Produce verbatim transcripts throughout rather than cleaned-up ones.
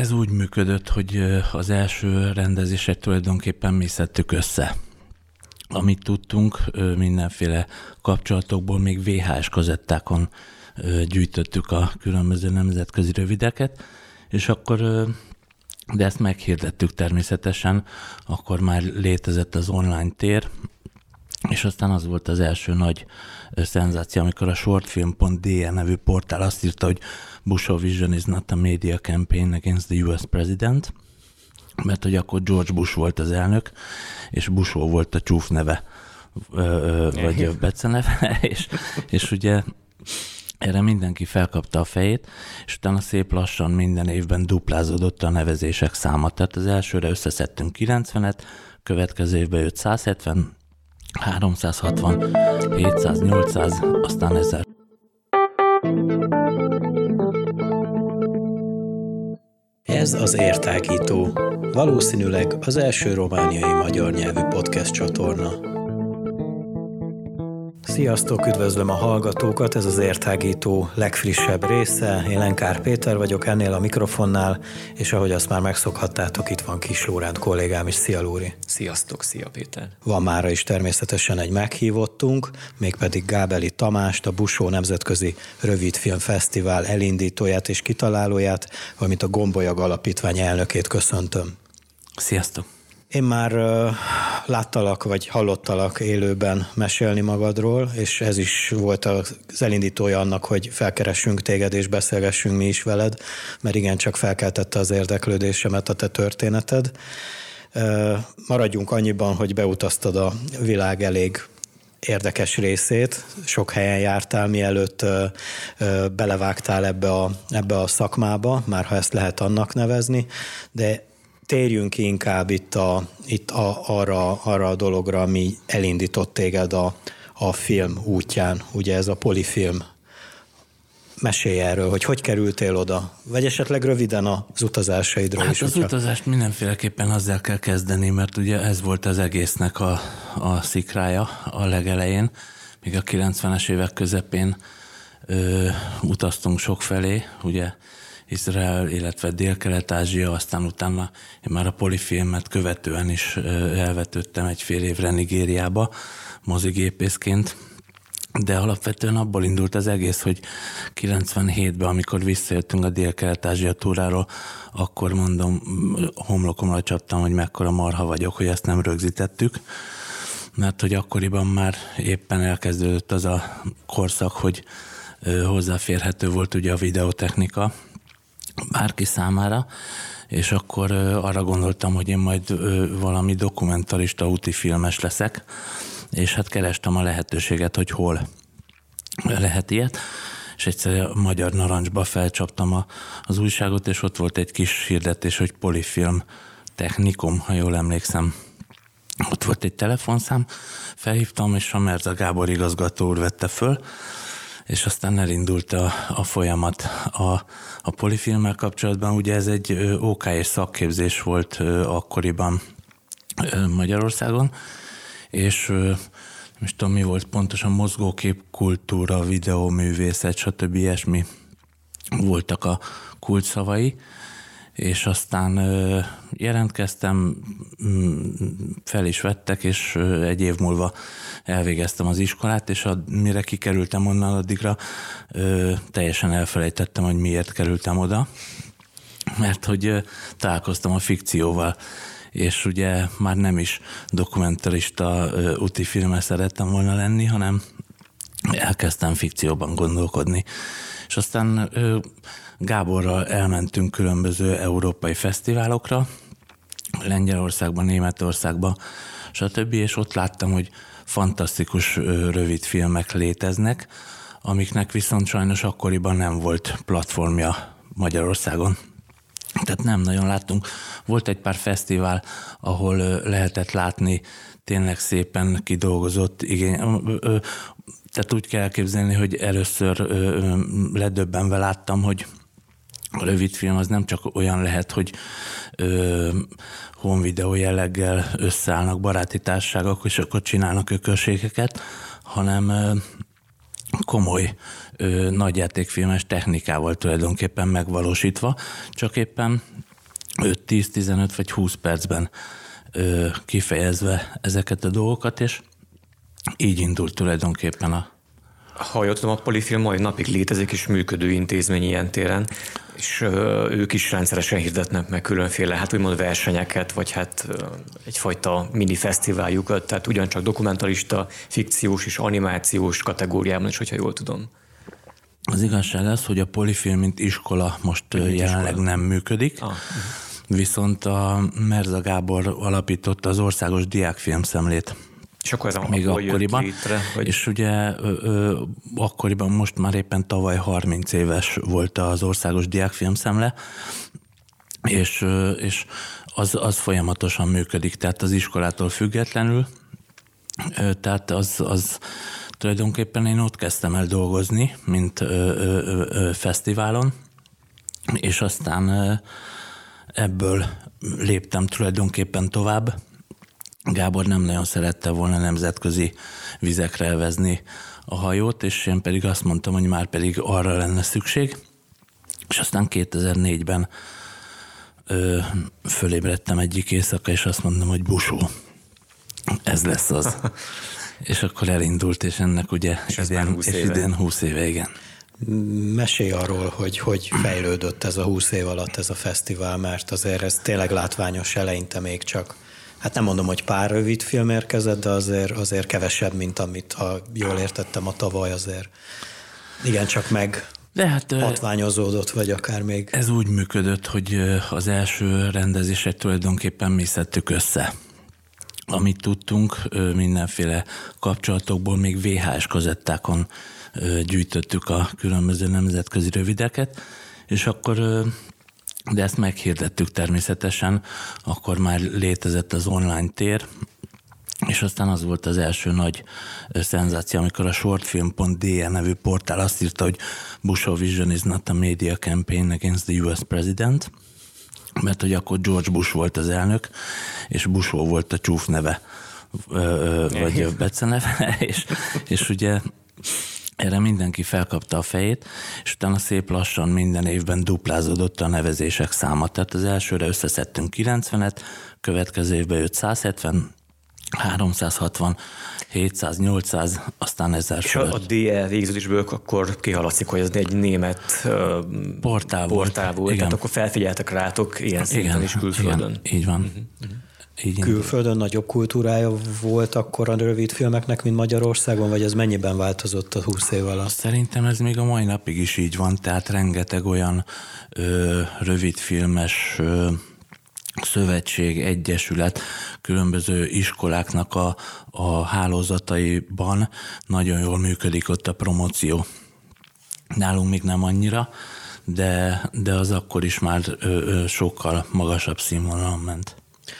ez úgy működött, hogy az első rendezések tulajdonképpen mi szedtük össze. Amit tudtunk, mindenféle kapcsolatokból még vé há es kazettákon gyűjtöttük a különböző nemzetközi rövideket, és akkor, de ezt meghirdettük természetesen, akkor már létezett az online tér, és aztán az volt az első nagy szenzáció, amikor a shortfilm pont d e nevű portál azt írta, hogy Bush vision is not a media campaign against the u es president, mert hogy akkor George Bush volt az elnök, és Bushó volt a csúf neve, vagy beceneve, és, és ugye erre mindenki felkapta a fejét, és utána szép lassan minden évben duplázódott a nevezések száma. Tehát az elsőre összeszedtünk kilencvenet, következő évben jött száz hetven, háromszázhatvan, hétszáz, nyolcszáz, aztán ezer. Ez az Értágító, valószínűleg az első romániai magyar nyelvű podcast csatorna. Sziasztok, üdvözlöm a hallgatókat, ez az Értágító legfrissebb része. Én Lenkár Péter vagyok ennél a mikrofonnál, és ahogy azt már megszokhattátok, itt van Kis Lóránt kollégám is. Szia Lóri! Sziasztok, szia Péter! Van mára is természetesen egy meghívottunk, mégpedig Gábeli Tamást, a Bushó Nemzetközi Rövidfilm Fesztivál elindítóját és kitalálóját, valamint a Gombolyag Alapítvány elnökét köszöntöm. Sziasztok! Én már uh, láttalak, vagy hallottalak élőben mesélni magadról, és ez is volt az elindítója annak, hogy felkeressünk téged és beszélgessünk mi is veled, mert igencsak felkeltette az érdeklődésemet a te történeted. Uh, maradjunk annyiban, hogy beutaztad a világ elég érdekes részét, sok helyen jártál, mielőtt uh, uh, belevágtál ebbe a, ebbe a szakmába, már ha ezt lehet annak nevezni, de térjünk ki inkább itt, a, itt a, arra, arra a dologra, ami elindított téged a, a film útján, ugye ez a Polifilm. Mesélj erről, hogy hogy kerültél oda, vagy esetleg röviden az utazásaidról hát is. Az hogyha... utazást mindenféleképpen azzal kell kezdeni, mert ugye ez volt az egésznek a, a szikrája a legelején, még a kilencvenes évek közepén ö, utaztunk sokfelé, ugye Izrael, illetve Dél-Kelet-Ázsia, aztán utána én már a Polifilmet követően is elvetődtem egy fél évre Nigériába mozigépészként, de alapvetően abból indult az egész, hogy kilencvenhétben, amikor visszajöttünk a Dél-Kelet-Ázsia túráról, akkor mondom, homlokomra csaptam, hogy mekkora marha vagyok, hogy ezt nem rögzítettük, mert hogy akkoriban már éppen elkezdődött az a korszak, hogy hozzáférhető volt ugye a videotechnika bárki számára, és akkor arra gondoltam, hogy én majd valami dokumentarista útifilmes leszek, és hát kerestem a lehetőséget, hogy hol lehet ilyet, és egyszer a Magyar Narancsba felcsaptam a, az újságot, és ott volt egy kis hirdetés, hogy Polifilm Technikum, ha jól emlékszem. Ott volt egy telefonszám, felhívtam, és a Merza Gábor igazgató úr vette föl, és aztán elindult a, a folyamat a, a Polifilmmel kapcsolatban. Ugye ez egy ó ká és szakképzés volt akkoriban Magyarországon, és nem tudom, mi volt pontosan, mozgókép, kultúra, videóművészet, stb. Ilyesmi voltak a kulcsszavai, és aztán jelentkeztem, fel is vettek, és egy év múlva elvégeztem az iskolát, és a, mire kikerültem onnan, addigra ö, teljesen elfelejtettem, hogy miért kerültem oda, mert hogy ö, találkoztam a fikcióval, és ugye már nem is dokumentarista ö, útifilmes szerettem volna lenni, hanem elkezdtem fikcióban gondolkodni. És aztán ö, Gáborral elmentünk különböző európai fesztiválokra, Lengyelországban, Németországban, stb. És ott láttam, hogy fantasztikus rövid filmek léteznek, amiknek viszont sajnos akkoriban nem volt platformja Magyarországon. Tehát nem nagyon láttunk. Volt egy pár fesztivál, ahol lehetett látni tényleg szépen kidolgozott igény. Tehát úgy kell elképzelni, hogy először ledöbbenve láttam, hogy a rövidfilm az nem csak olyan lehet, hogy ö, home videó jelleggel összeállnak baráti társaságok, és akkor csinálnak ökölségeket, hanem ö, komoly ö, nagyjátékfilmes technikával tulajdonképpen megvalósítva, csak éppen öt, tíz, tizenöt vagy húsz percben ö, kifejezve ezeket a dolgokat, és így indult tulajdonképpen a... Ha jól tudom, a Polifilm mai napig létezik és működő intézmény ilyen téren, és ö, ők is rendszeresen hirdetnek meg különféle, hát úgymond versenyeket, vagy hát ö, egyfajta mini fesztiváljukat, tehát ugyancsak dokumentarista, fikciós és animációs kategóriában is, hogyha jól tudom. Az igazság az, hogy a Polifilm mint iskola most mint jelenleg iskola. nem működik, ah. viszont a Merza Gábor alapította az Országos Diákfilmszemlét. És akkor ez a még akkoriban. Létre, hogy... És ugye ö, ö, akkoriban most már éppen tavaly harminc éves volt az Országos Diákfilmszemle, és, ö, és az, az folyamatosan működik, tehát az iskolától függetlenül. Ö, tehát az, az tulajdonképpen én ott kezdtem el dolgozni, mint ö, ö, ö, fesztiválon, és aztán ö, ebből léptem tulajdonképpen tovább. Gábor nem nagyon szerette volna nemzetközi vizekre elvezni a hajót, és én pedig azt mondtam, hogy már pedig arra lenne szükség. És aztán kétezer-négyben ö, fölébredtem egyik éjszaka, és azt mondtam, hogy busó, ez lesz az. És akkor elindult, és ennek ugye és idén, és idén húsz éve, igen. Mesélj arról, hogy hogy fejlődött ez a húsz év alatt ez a fesztivál, mert azért ez tényleg látványos, eleinte még csak. Hát nem mondom, hogy pár rövid film érkezett, de azért, azért kevesebb, mint amit, ha jól értettem, a tavaly azért igen, csak meg de hát, hatványozódott, vagy akár még. Ez úgy működött, hogy az első rendezését tulajdonképpen mi szedtük össze. Amit tudtunk, mindenféle kapcsolatokból, még vé há es kazettákon gyűjtöttük a különböző nemzetközi rövideket, és akkor... De ezt meghirdettük természetesen, akkor már létezett az online tér, és aztán az volt az első nagy szenzáció, amikor a shortfilm pont d e nevű portál azt írta, hogy Bush vision is not a media campaign against the u es president, mert hogy akkor George Bush volt az elnök, és Bushó volt a csúf neve, vagy a beceneve, és, és ugye erre mindenki felkapta a fejét, és utána szép lassan minden évben duplázódott a nevezések száma. Tehát az elsőre összeszedtünk kilencvenet, következő évben jött száz hetven, háromszázhatvan, hétszáz, nyolcszáz, aztán ezer és a dé e végződésből akkor kihaladszik, hogy ez egy német portál, portál volt, igen. Tehát akkor felfigyeltek rátok ilyen szinten igen, is külföldön. Igen, így van. Uh-huh, uh-huh. Így külföldön nagyobb kultúrája volt akkor a rövid filmeknek, mint Magyarországon, vagy ez mennyiben változott a húsz év alatt? Szerintem ez még a mai napig is így van, tehát rengeteg olyan ö, rövidfilmes ö, szövetség, egyesület, különböző iskoláknak a, a hálózataiban nagyon jól működik ott a promóció. Nálunk még nem annyira, de, de az akkor is már ö, ö, sokkal magasabb színvonalon ment.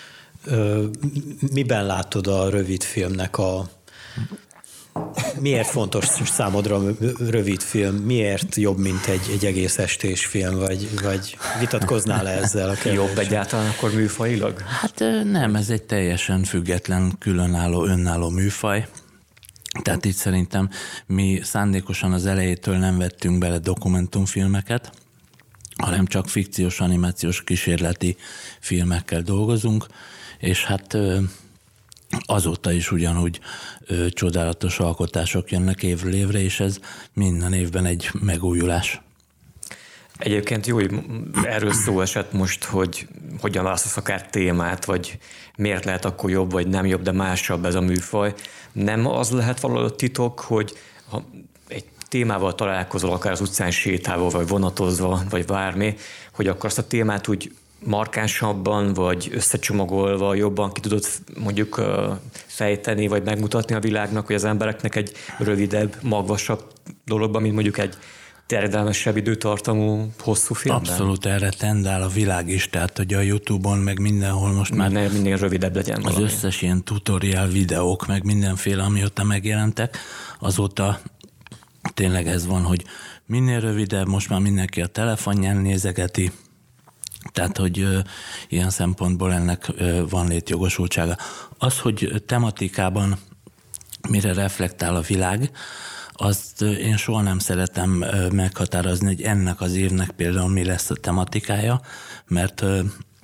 Miben látod a rövidfilmnek a... Miért fontos számodra a rövidfilm? Miért jobb, mint egy, egy egész estés film? Vagy, vagy vitatkoznál ezzel a kérdéssel? Jobb egyáltalán akkor műfajilag? Hát nem, ez egy teljesen független, különálló, önálló műfaj. Tehát itt szerintem mi szándékosan az elejétől nem vettünk bele dokumentumfilmeket, hanem csak fikciós, animációs kísérleti filmekkel dolgozunk, és hát azóta is ugyanúgy csodálatos alkotások jönnek évről évre, és ez minden évben egy megújulás. Egyébként jó, hogy erről szó esett most, hogy hogyan választasz akár témát, vagy miért lehet akkor jobb, vagy nem jobb, de másabb ez a műfaj. Nem az lehet valahogy titok, hogy ha egy témával találkozol, akár az utcán sétálva, vagy vonatozva, vagy bármi, hogy akkor azt a témát úgy markánsabban, vagy összecsomagolva jobban ki tudod mondjuk fejteni, vagy megmutatni a világnak, hogy az embereknek egy rövidebb, magvasabb dologban, mint mondjuk egy terjedelmesebb időtartamú, hosszú filmben? Abszolút erre tendál a világ is, tehát hogy a YouTube-on, meg mindenhol most már minél, minél rövidebb legyen az valami. Összes ilyen tutorial videók, meg mindenféle, amióta megjelentek, azóta tényleg ez van, hogy minél rövidebb, most már mindenki a telefonján nézegeti, tehát, hogy ö, ilyen szempontból ennek ö, van létjogosultsága. Az, hogy tematikában mire reflektál a világ, azt én soha nem szeretem meghatározni, hogy ennek az évnek például mi lesz a tematikája, mert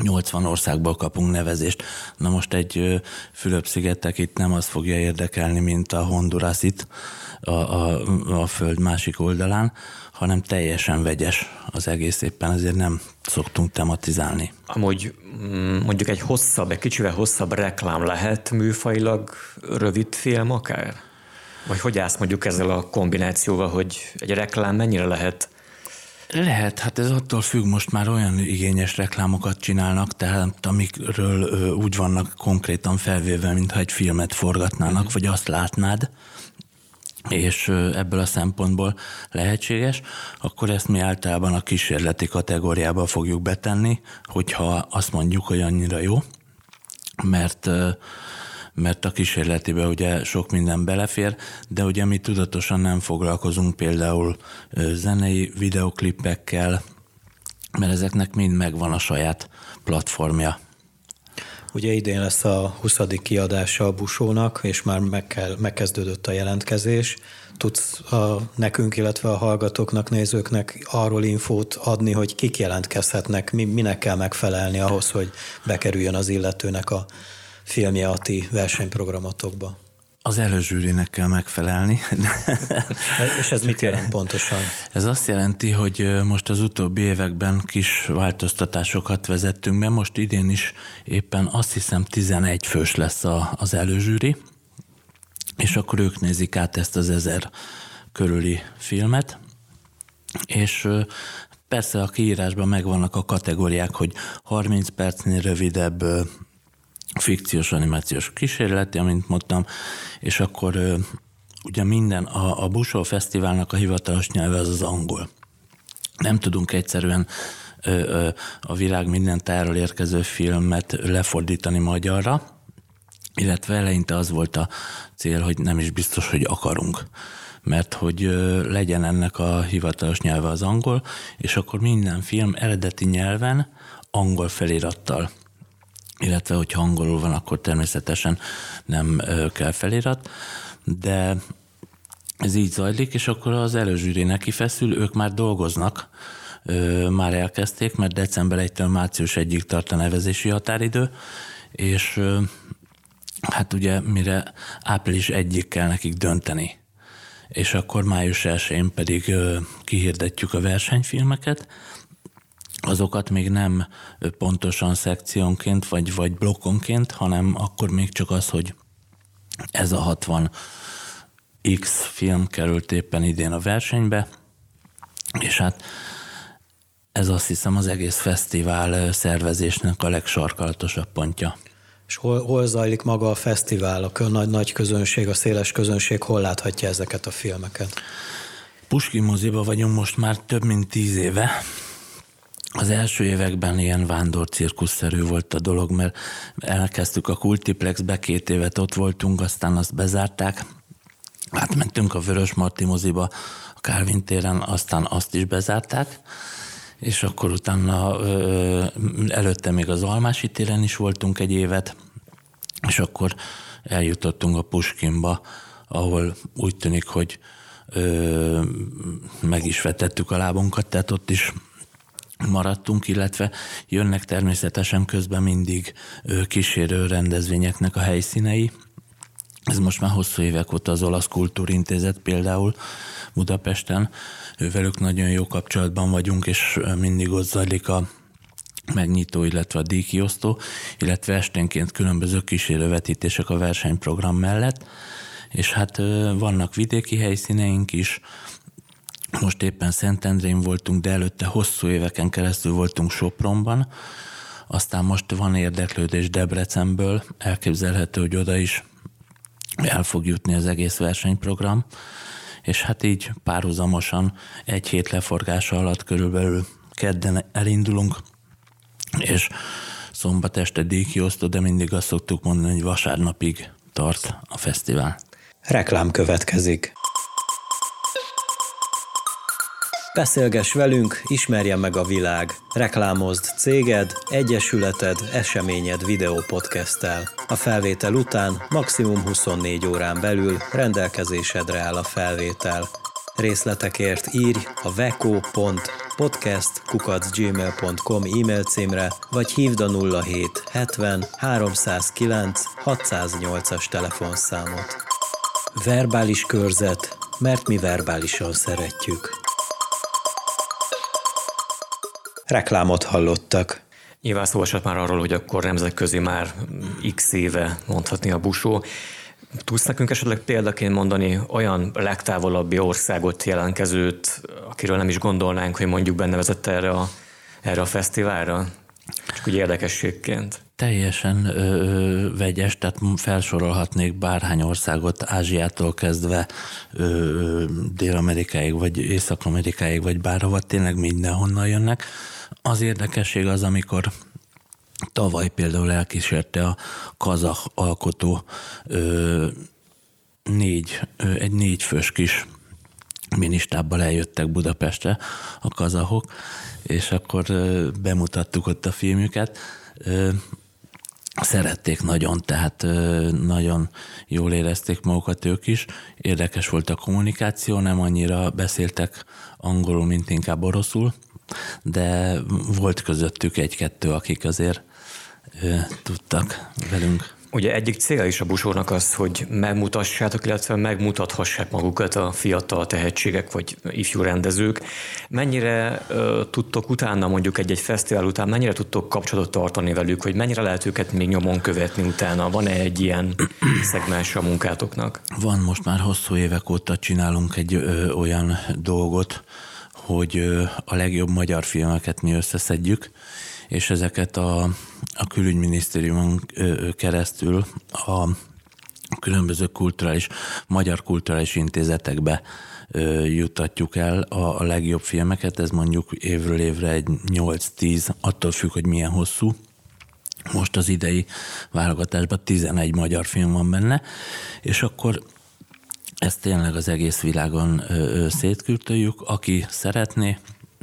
nyolcvan országból kapunk nevezést. Na most egy Fülöp-szigetek itt nem az fogja érdekelni, mint a Honduras itt a, a, a föld másik oldalán, hanem teljesen vegyes az egész, éppen ezért nem szoktunk tematizálni. Amúgy mondjuk egy hosszabb, egy kicsivel hosszabb reklám lehet műfajilag rövid film akár? Vagy hogy állsz mondjuk ezzel a kombinációval, hogy egy reklám mennyire lehet? Lehet, hát ez attól függ, most már olyan igényes reklámokat csinálnak, tehát amikről ö, úgy vannak konkrétan felvéve, mintha egy filmet forgatnának, uh-huh. vagy azt látnád, és ö, ebből a szempontból lehetséges, akkor ezt mi általában a kísérleti kategóriába fogjuk betenni, hogyha azt mondjuk, hogy annyira jó, mert ö, mert a kísérletibe ugye sok minden belefér, de ugye mi tudatosan nem foglalkozunk például zenei videoklipekkel, mert ezeknek mind megvan a saját platformja. Ugye idén lesz a huszadik kiadása a Busónak, és már meg kell, megkezdődött a jelentkezés. Tudsz a, nekünk, illetve a hallgatóknak, nézőknek arról infót adni, hogy kik jelentkezhetnek, mi, minek kell megfelelni ahhoz, hogy bekerüljön az illetőnek a filmje a ti versenyprogramotokba? Az előzsűrinek kell megfelelni. És ez mit jelent pontosan? Ez azt jelenti, hogy most az utóbbi években kis változtatásokat vezettünk be, most idén is éppen azt hiszem tizenegy fős lesz a, az előzsűri, és akkor ők nézik át ezt az ezer körüli filmet, és persze a kiírásban megvannak a kategóriák, hogy harminc percnél rövidebb fikciós animációs kísérleti, amint mondtam, és akkor ö, ugye minden, a, a Busó Fesztiválnak a hivatalos nyelve az az angol. Nem tudunk egyszerűen ö, ö, a világ minden tájáról érkező filmet lefordítani magyarra, illetve eleinte az volt a cél, hogy nem is biztos, hogy akarunk, mert hogy ö, legyen ennek a hivatalos nyelve az angol, és akkor minden film eredeti nyelven angol felirattal, illetve hogyha angolul van, akkor természetesen nem kell felirat, de ez így zajlik, és akkor az előzsűri neki feszül, ők már dolgoznak, már elkezdték, mert december elsejétől március elsejéig tart a nevezési határidő, és hát ugye mire április elsejéig kell nekik dönteni, és akkor május elsején pedig kihirdetjük a versenyfilmeket. Azokat még nem pontosan szekciónként vagy, vagy blokkonként, hanem akkor még csak az, hogy ez a hatvan x film került éppen idén a versenybe, és hát ez azt hiszem az egész fesztivál szervezésnek a legsarkalatosabb pontja. És hol, hol zajlik maga a fesztivál? A nagy, nagy közönség, a széles közönség hol láthatja ezeket a filmeket? Puskin moziba vagyunk most már több mint tíz éve. Az első években ilyen vándorcirkuszszerű volt a dolog, mert elkezdtük a Kultiplexbe, két évet ott voltunk, aztán azt bezárták. Átmentünk a Vörösmarty moziba, a Kálvin téren, aztán azt is bezárták, és akkor utána ö, előtte még az Almási téren is voltunk egy évet, és akkor eljutottunk a Puskinba, ahol úgy tűnik, hogy ö, meg is vetettük a lábunkat, tehát ott is maradtunk, illetve jönnek természetesen közben mindig kísérő rendezvényeknek a helyszínei. Ez most már hosszú évek óta az Olasz Kultúrintézet például Budapesten. Ővelük nagyon jó kapcsolatban vagyunk, és mindig ott zajlik a megnyitó, illetve a díjkiosztó, illetve esténként különböző kísérővetítések a versenyprogram mellett. És hát vannak vidéki helyszíneink is. Most éppen Szentendrén voltunk, de előtte hosszú éveken keresztül voltunk Sopronban, aztán most van érdeklődés Debrecenből, elképzelhető, hogy oda is el fog jutni az egész versenyprogram, és hát így párhuzamosan egy hét leforgása alatt körülbelül kedden elindulunk, és szombat este díjkiosztó, de mindig azt szoktuk mondani, hogy vasárnapig tart a fesztivál. Reklám következik. Beszélgess velünk, ismerje meg a világ. Reklámozd céged, egyesületed, eseményed videópodcasttel. A felvétel után maximum huszonnégy órán belül rendelkezésedre áll a felvétel. Részletekért írj a veko pont podcast kukac gmail pont com e-mail címre, vagy hívd a nulla hét hetven háromszázkilenc hatszáznyolcas telefonszámot. Verbális körzet, mert mi verbálisan szeretjük. Reklámot hallottak. Nyilván szó esett már arról, hogy akkor nemzetközi már x éve mondhatni a busó. Tudsz nekünk esetleg példaként mondani olyan legtávolabbi országot, jelentkezőt, akiről nem is gondolnánk, hogy mondjuk benne vezette erre a, erre a fesztiválra? Csak úgy érdekességként. Teljesen ö, vegyes, tehát felsorolhatnék bárhány országot, Ázsiától kezdve ö, Dél-Amerikáig, vagy Észak-Amerikáig, vagy bárhova, tényleg mindenhonnan jönnek. Az érdekesség az, amikor tavaly például elkísérte a kazah alkotó ö, négy, ö, egy négyfős kis ministábbal eljöttek Budapestre a kazahok, és akkor ö, bemutattuk ott a filmjüket. Ö, szerették nagyon, tehát ö, nagyon jól érezték magukat ők is. Érdekes volt a kommunikáció, nem annyira beszéltek angolul, mint inkább oroszul, de volt közöttük egy-kettő, akik azért ö, tudtak velünk. Ugye egyik célja is a busónak az, hogy megmutassátok, illetve megmutathassák magukat a fiatal tehetségek vagy ifjú rendezők. Mennyire ö, tudtok utána, mondjuk egy-egy fesztivál után, mennyire tudtok kapcsolatot tartani velük, hogy mennyire lehet őket még nyomon követni utána? Van-e egy ilyen szegmens a munkátoknak? Van, most már hosszú évek óta csinálunk egy ö, olyan dolgot, hogy ö, a legjobb magyar filmeket mi összeszedjük, és ezeket a, a külügyminisztériumon keresztül a különböző kulturális, magyar kulturális intézetekbe juttatjuk el a, a legjobb filmeket. Ez mondjuk évről évre egy nyolc-tíz, attól függ, hogy milyen hosszú. Most az idei válogatásban tizenegy magyar film van benne, és akkor ezt tényleg az egész világon szétküldtjük. Aki szeretné,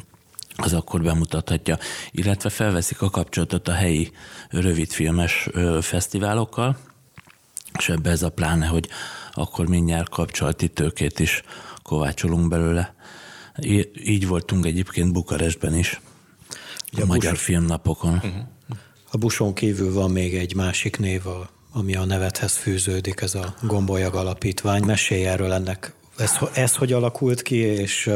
az akkor bemutathatja, illetve felveszik a kapcsolatot a helyi rövidfilmes fesztiválokkal, és ebbe ez a pláne, hogy akkor mindjárt kapcsolati tőkét is kovácsolunk belőle. Így voltunk egyébként Bukarestben is, a, a Magyar Bus... Filmnapokon. Uh-huh. A busón kívül van még egy másik név, ami a nevedhez fűződik, ez a Gombolyag Alapítvány. Mesélj erről ennek, ez, ez hogy alakult ki, és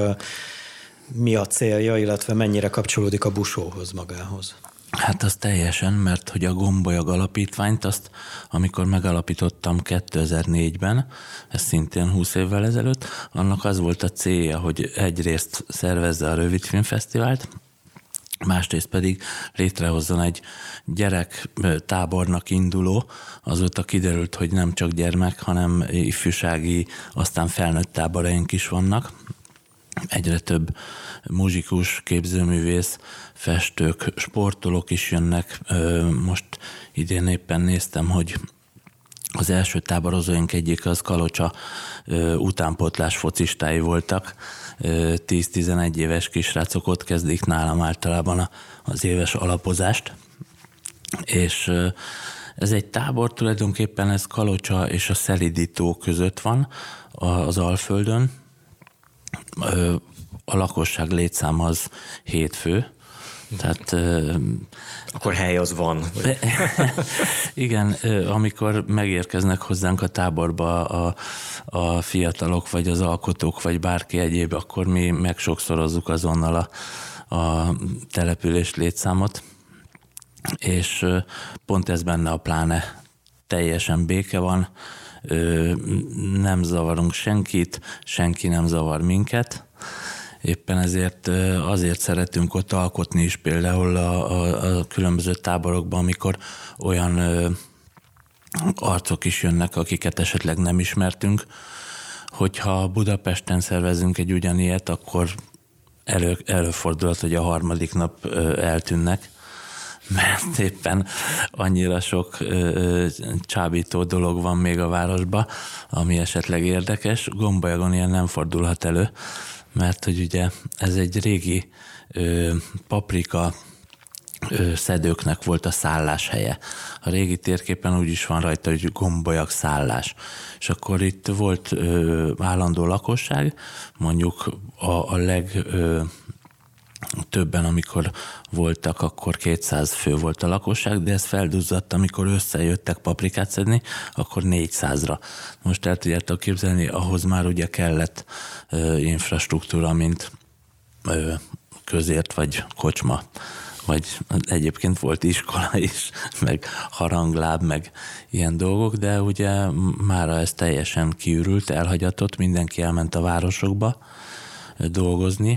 mi a célja, illetve mennyire kapcsolódik a busóhoz magához? Hát az teljesen, mert hogy a Gombolyag Alapítványt azt, amikor megalapítottam kétezer-négyben, ez szintén húsz évvel ezelőtt, annak az volt a célja, hogy egyrészt szervezze a Rövidfilmfesztivált, másrészt pedig létrehozzon egy gyerektábornak induló, azóta kiderült, hogy nem csak gyermek, hanem ifjúsági, aztán felnőtt táboraink is vannak. Egyre több muzsikus, képzőművész, festők, sportolók is jönnek. Most idén éppen néztem, hogy az első táborozóink egyik az Kalocsa utánpótlás focistái voltak. tíz-tizenegy éves kisrácok ott kezdik nálam általában az éves alapozást. És ez egy tábor, tulajdonképpen ez Kalocsa és a Szelidi tó között van az Alföldön. A lakosság létszáma az hét fő. Tehát, akkor hely az van. Igen, amikor megérkeznek hozzánk a táborba a, a fiatalok, vagy az alkotók, vagy bárki egyéb, akkor mi megsokszorozzuk azonnal a, a település létszámot, és pont ez benne a pláne. Teljesen béke van, nem zavarunk senkit, senki nem zavar minket. Éppen ezért azért szeretünk ott alkotni is például a, a, a különböző táborokban, amikor olyan ö, arcok is jönnek, akiket esetleg nem ismertünk. Hogyha Budapesten szervezünk egy ugyanilyet, akkor elő, előfordulhat, hogy a harmadik nap ö, eltűnnek, mert éppen annyira sok ö, csábító dolog van még a városban, ami esetleg érdekes. Gombolyagon ilyen nem fordulhat elő, mert hogy ugye ez egy régi ö, paprika szedőknek volt a szálláshelye. A régi térképen úgy is van rajta, hogy gombolyag szállás. És akkor itt volt ö, állandó lakosság, mondjuk a, a leg... Ö, többen, amikor voltak, akkor kétszáz fő volt a lakosság, de ez felduzzadt, amikor összejöttek paprikát szedni, akkor négyszázra. Most el tudjátok képzelni, ahhoz már ugye kellett ö, infrastruktúra, mint ö, közért vagy kocsma, vagy egyébként volt iskola is, meg harangláb, meg ilyen dolgok, de ugye mára ez teljesen kiürült, elhagyatott, mindenki elment a városokba dolgozni.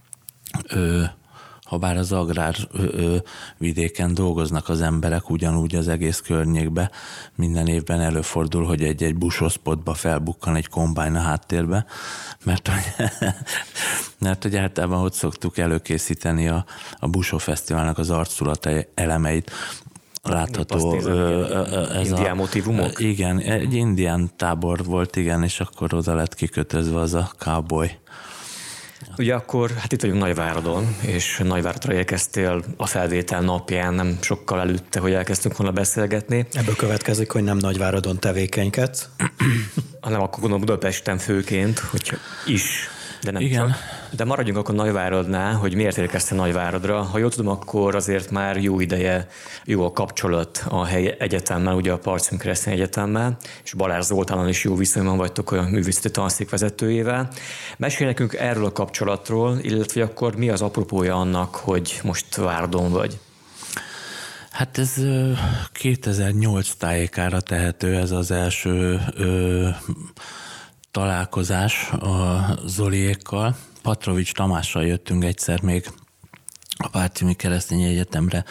Ö, ha bár az agrár ö, ö, vidéken dolgoznak az emberek, ugyanúgy az egész környékbe, minden évben előfordul, hogy egy-egy busoszpotba felbukkan egy kombájn a háttérbe, mert hogy, mert hogy általában ott szoktuk előkészíteni a, a Busó Fesztiválnak az arculata elemeit. Látható ö, ö, ez indián a motívumok? Igen, egy indián tábor volt, igen, és akkor oda lett kikötözve az a cowboy. Ugye akkor, hát itt vagyunk Nagyváradon, és Nagyváradra érkeztél a felvétel napján, nem sokkal előtte, hogy elkezdtünk volna beszélgetni. Ebből következik, hogy nem Nagyváradon tevékenykedsz. Hanem akkor gondolom Budapesten főként, hogy is, de nem Igen. csak. De maradjunk akkor Nagyváradnál, hogy miért érkeztél Nagyváradra. Ha jól tudom, akkor azért már jó ideje jó a kapcsolat a helyi egyetemmel, ugye a Parcium Keresztény Egyetemmel, és Balázs Zoltánnal is jó viszonyban vagytok a művészeti tanszék vezetőjével. Mesélj nekünk erről a kapcsolatról, illetve akkor mi az apropója annak, hogy most Váradon vagy? Hát ez kétezer-nyolc tájékára tehető, ez az első ö, találkozás a Zoliékkal. Patrovics Tamással jöttünk egyszer még a Parciumi Keresztény Egyetemre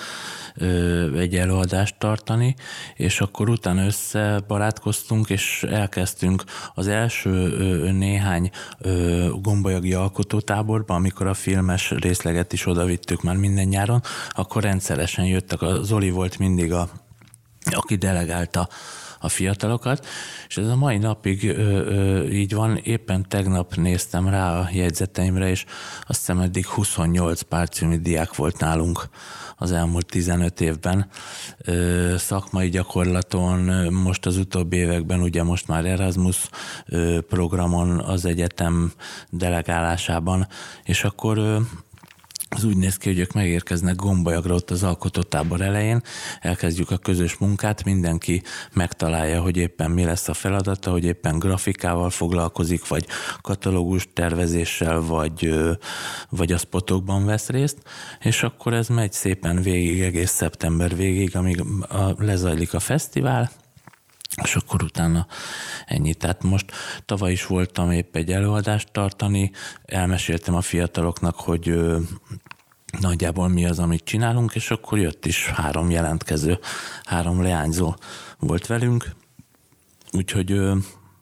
ö, egy előadást tartani, és akkor utána összebarátkoztunk, és elkezdtünk az első ö, néhány ö, gombolyagi alkotótáborba, amikor a filmes részleget is odavittük már minden nyáron, akkor rendszeresen jöttek, a Zoli volt mindig a, aki delegálta a fiatalokat, és ez a mai napig ö, ö, így van. Éppen tegnap néztem rá a jegyzeteimre, és azt hiszem eddig huszonnyolc parciumi diák volt nálunk az elmúlt tizenöt évben. Ö, szakmai gyakorlaton, most az utóbbi években ugye most már Erasmus ö, programon az egyetem delegálásában, és akkor ö, az úgy néz ki, hogy ők megérkeznek Gombolyagra ott az alkotótábor elején, elkezdjük a közös munkát, mindenki megtalálja, hogy éppen mi lesz a feladata, hogy éppen grafikával foglalkozik, vagy katalógus tervezéssel, vagy, vagy a spotokban vesz részt, és akkor ez megy szépen végig, egész szeptember végig, amíg a, lezajlik a fesztivál, és akkor utána ennyi. Tehát most tavaly is voltam épp egy előadást tartani, elmeséltem a fiataloknak, hogy ö, nagyjából mi az, amit csinálunk, és akkor jött is három jelentkező, három leányzó volt velünk, úgyhogy ö,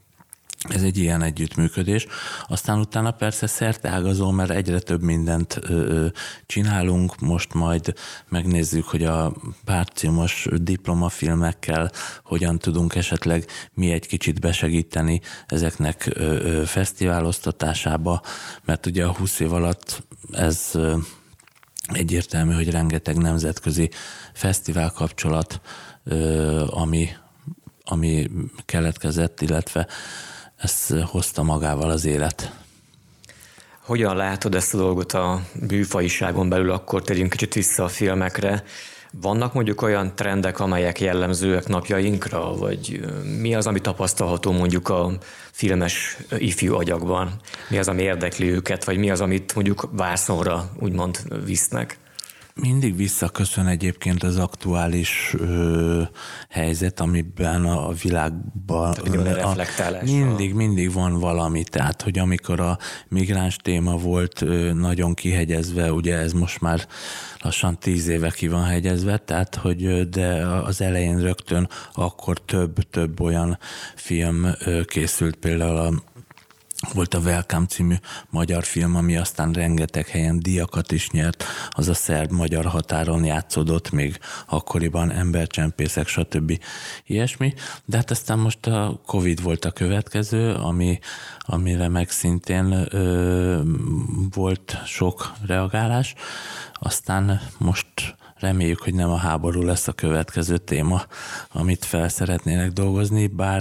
ez egy ilyen együttműködés. Aztán utána persze szerteágazó, mert egyre több mindent ö, csinálunk. Most majd megnézzük, hogy a párciumos diplomafilmekkel hogyan tudunk esetleg mi egy kicsit besegíteni ezeknek ö, ö, fesztiváloztatásába, mert ugye a húsz év alatt ez ö, egyértelmű, hogy rengeteg nemzetközi fesztivál kapcsolat, ö, ami, ami keletkezett, illetve ezt hozta magával az élet. Hogyan látod ezt a dolgot a műfajiságon belül, akkor térjünk kicsit vissza a filmekre. Vannak mondjuk olyan trendek, amelyek jellemzőek napjainkra, vagy mi az, ami tapasztalható mondjuk a filmes ifjú agyakban? Mi az, ami érdekli őket, vagy mi az, amit mondjuk vászonra úgymond visznek? Mindig visszaköszön egyébként az aktuális ö, helyzet, amiben a, a világban... A, a, mindig, mindig van valami. Tehát, hogy amikor a migráns téma volt ö, nagyon kihegyezve, ugye ez most már lassan tíz éve ki van hegyezve, tehát, hogy de az elején rögtön akkor több-több olyan film ö, készült, például a volt a Welcome című magyar film, ami aztán rengeteg helyen díjakat is nyert, az a szerb-magyar határon játszódott, még akkoriban embercsempészek, stb. Ilyesmi. De hát aztán most a Covid volt a következő, ami, amire meg szintén ö, volt sok reagálás. Aztán most reméljük, hogy nem a háború lesz a következő téma, amit fel szeretnének dolgozni, bár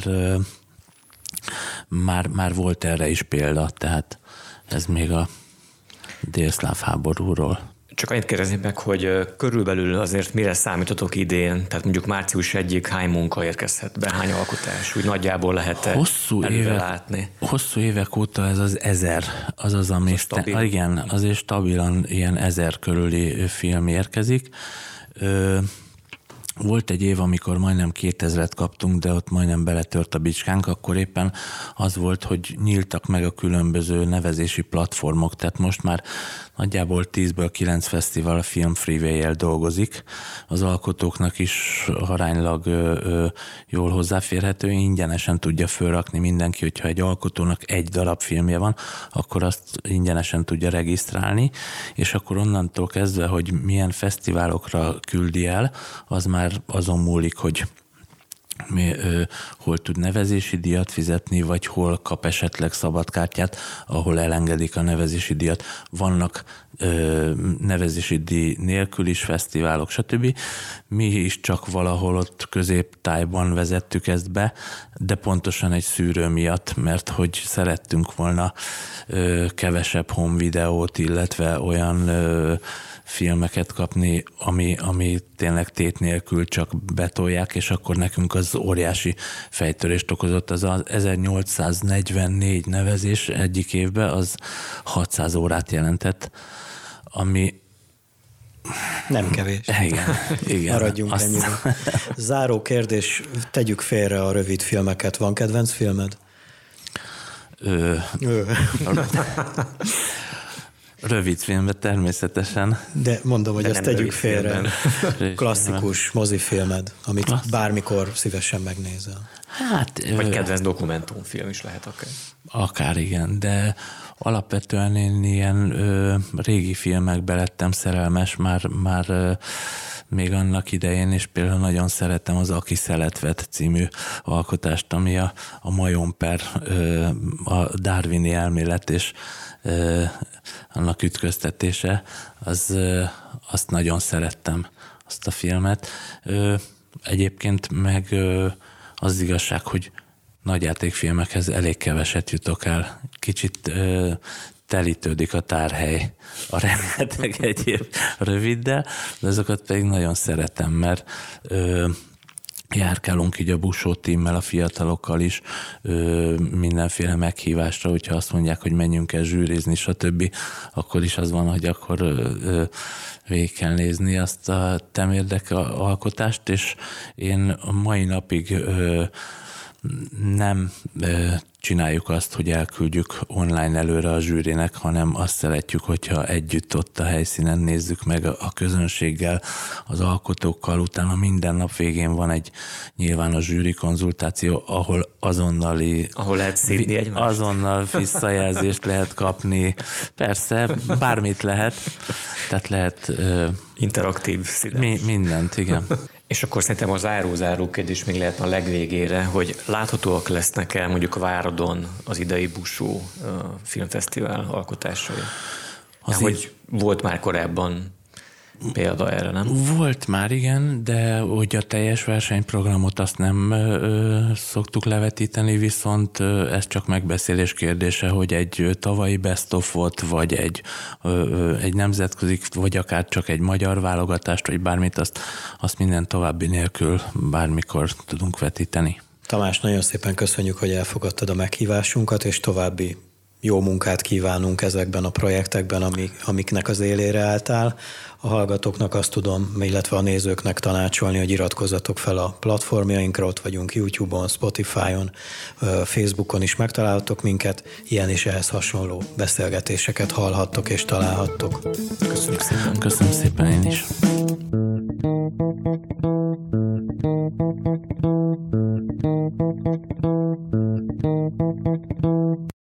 már, már volt erre is példa, tehát ez még a délszláv háborúról. Csak annyit kérdezni meg, hogy körülbelül azért mire számítotok idén? Tehát mondjuk március egyik hány munka érkezhet be, hány alkotás? Úgy nagyjából lehet-e hosszú évek, látni? Hosszú évek óta ez az ezer, az az, ami... Az stabil. Igen, azért stabilan ilyen ezer körüli film érkezik. Ö, Volt egy év, amikor majdnem kétezret kaptunk, de ott majdnem beletört a bicskánk, akkor éppen az volt, hogy nyíltak meg a különböző nevezési platformok, tehát most már nagyjából tízből kilenc fesztivál a Film Freeway-jel dolgozik. Az alkotóknak is aránylag ö, ö, jól hozzáférhető, ingyenesen tudja fölrakni mindenki, hogyha egy alkotónak egy darab filmje van, akkor azt ingyenesen tudja regisztrálni, és akkor onnantól kezdve, hogy milyen fesztiválokra küldi el, az már azon múlik, hogy mi, ö, hol tud nevezési díjat fizetni, vagy hol kap esetleg szabadkártyát, ahol elengedik a nevezési díjat. Vannak ö, nevezési díj nélkül is fesztiválok, stb. Mi is csak valahol ott középtájban vezettük ezt be, de pontosan egy szűrő miatt, mert hogy szerettünk volna ö, kevesebb home videót, illetve olyan ö, filmeket kapni, ami, ami tényleg tét nélkül csak betolják, és akkor nekünk az óriási fejtörést okozott. Az az ezernyolcszáznegyvennégy nevezés egyik évben, az hatszáz órát jelentett, ami... Nem kevés. Igen, igen. Maradjunk azt... ennyire. Záró kérdés, tegyük félre a rövid filmeket. Van kedvenc filmed? Ö... Ö. Rövid filmben természetesen. De mondom, hogy De ezt tegyük félre. Klasszikus mozifilmed, amit Klassz. bármikor szívesen megnézel. Hát, Vagy ö... kedvenc dokumentumfilm is lehet akár. Akár igen, de alapvetően én ilyen ö, régi filmekbe lettem szerelmes, már, már ö, még annak idején, és például nagyon szeretem az Aki Szeletvet című alkotást, ami a, a majom per ö, a darwini elmélet, és ö, annak ütköztetése, az, ö, azt nagyon szerettem, azt a filmet. Ö, egyébként meg ö, az igazság, hogy nagyjátékfilmekhez elég keveset jutok el. Kicsit ö, telítődik a tárhely a rengeteg egyéb röviddel, de azokat pedig nagyon szeretem, mert ö, járkálunk így a Busó tímmel, a fiatalokkal is ö, mindenféle meghívásra, hogyha azt mondják, hogy menjünk el zsűrizni, stb., akkor is az van, hogy akkor ö, ö, végig kell nézni azt a temérdek alkotást, és én a mai napig ö, nem ö, csináljuk azt, hogy elküldjük online előre a zsűrinek, hanem azt szeretjük, hogyha együtt ott a helyszínen nézzük meg a, a közönséggel, az alkotókkal, utána minden nap végén van egy nyilván a zsűri konzultáció, ahol azonnali ahol lehet szídni egymást. Azonnal visszajelzést lehet kapni. Persze, bármit lehet. Tehát lehet... Ö, interaktív színes. Mi, mindent, igen. És akkor szerintem a záró-záró kérdés még lehetne a legvégére, hogy láthatóak lesznek-e mondjuk a Váradon az idei Busó uh, filmfesztivál alkotásai? Az hogy így... volt már korábban példa erre, nem? Volt már, igen, de hogy a teljes versenyprogramot azt nem ö, szoktuk levetíteni, viszont ö, ez csak megbeszélés kérdése, hogy egy tavalyi best of volt, vagy egy, ö, egy nemzetközi, vagy akár csak egy magyar válogatást, vagy bármit, azt, azt minden további nélkül bármikor tudunk vetíteni. Tamás, nagyon szépen köszönjük, hogy elfogadtad a meghívásunkat, és további jó munkát kívánunk ezekben a projektekben, amik, amiknek az élére álltál. A hallgatóknak azt tudom, illetve a nézőknek tanácsolni, hogy iratkozzatok fel a platformjainkra, ott vagyunk YouTube-on, Spotify-on, Facebookon is megtalálhatok minket, ilyen és ehhez hasonló beszélgetéseket hallhattok és találhattok. Köszönöm szépen. Köszönöm szépen én is.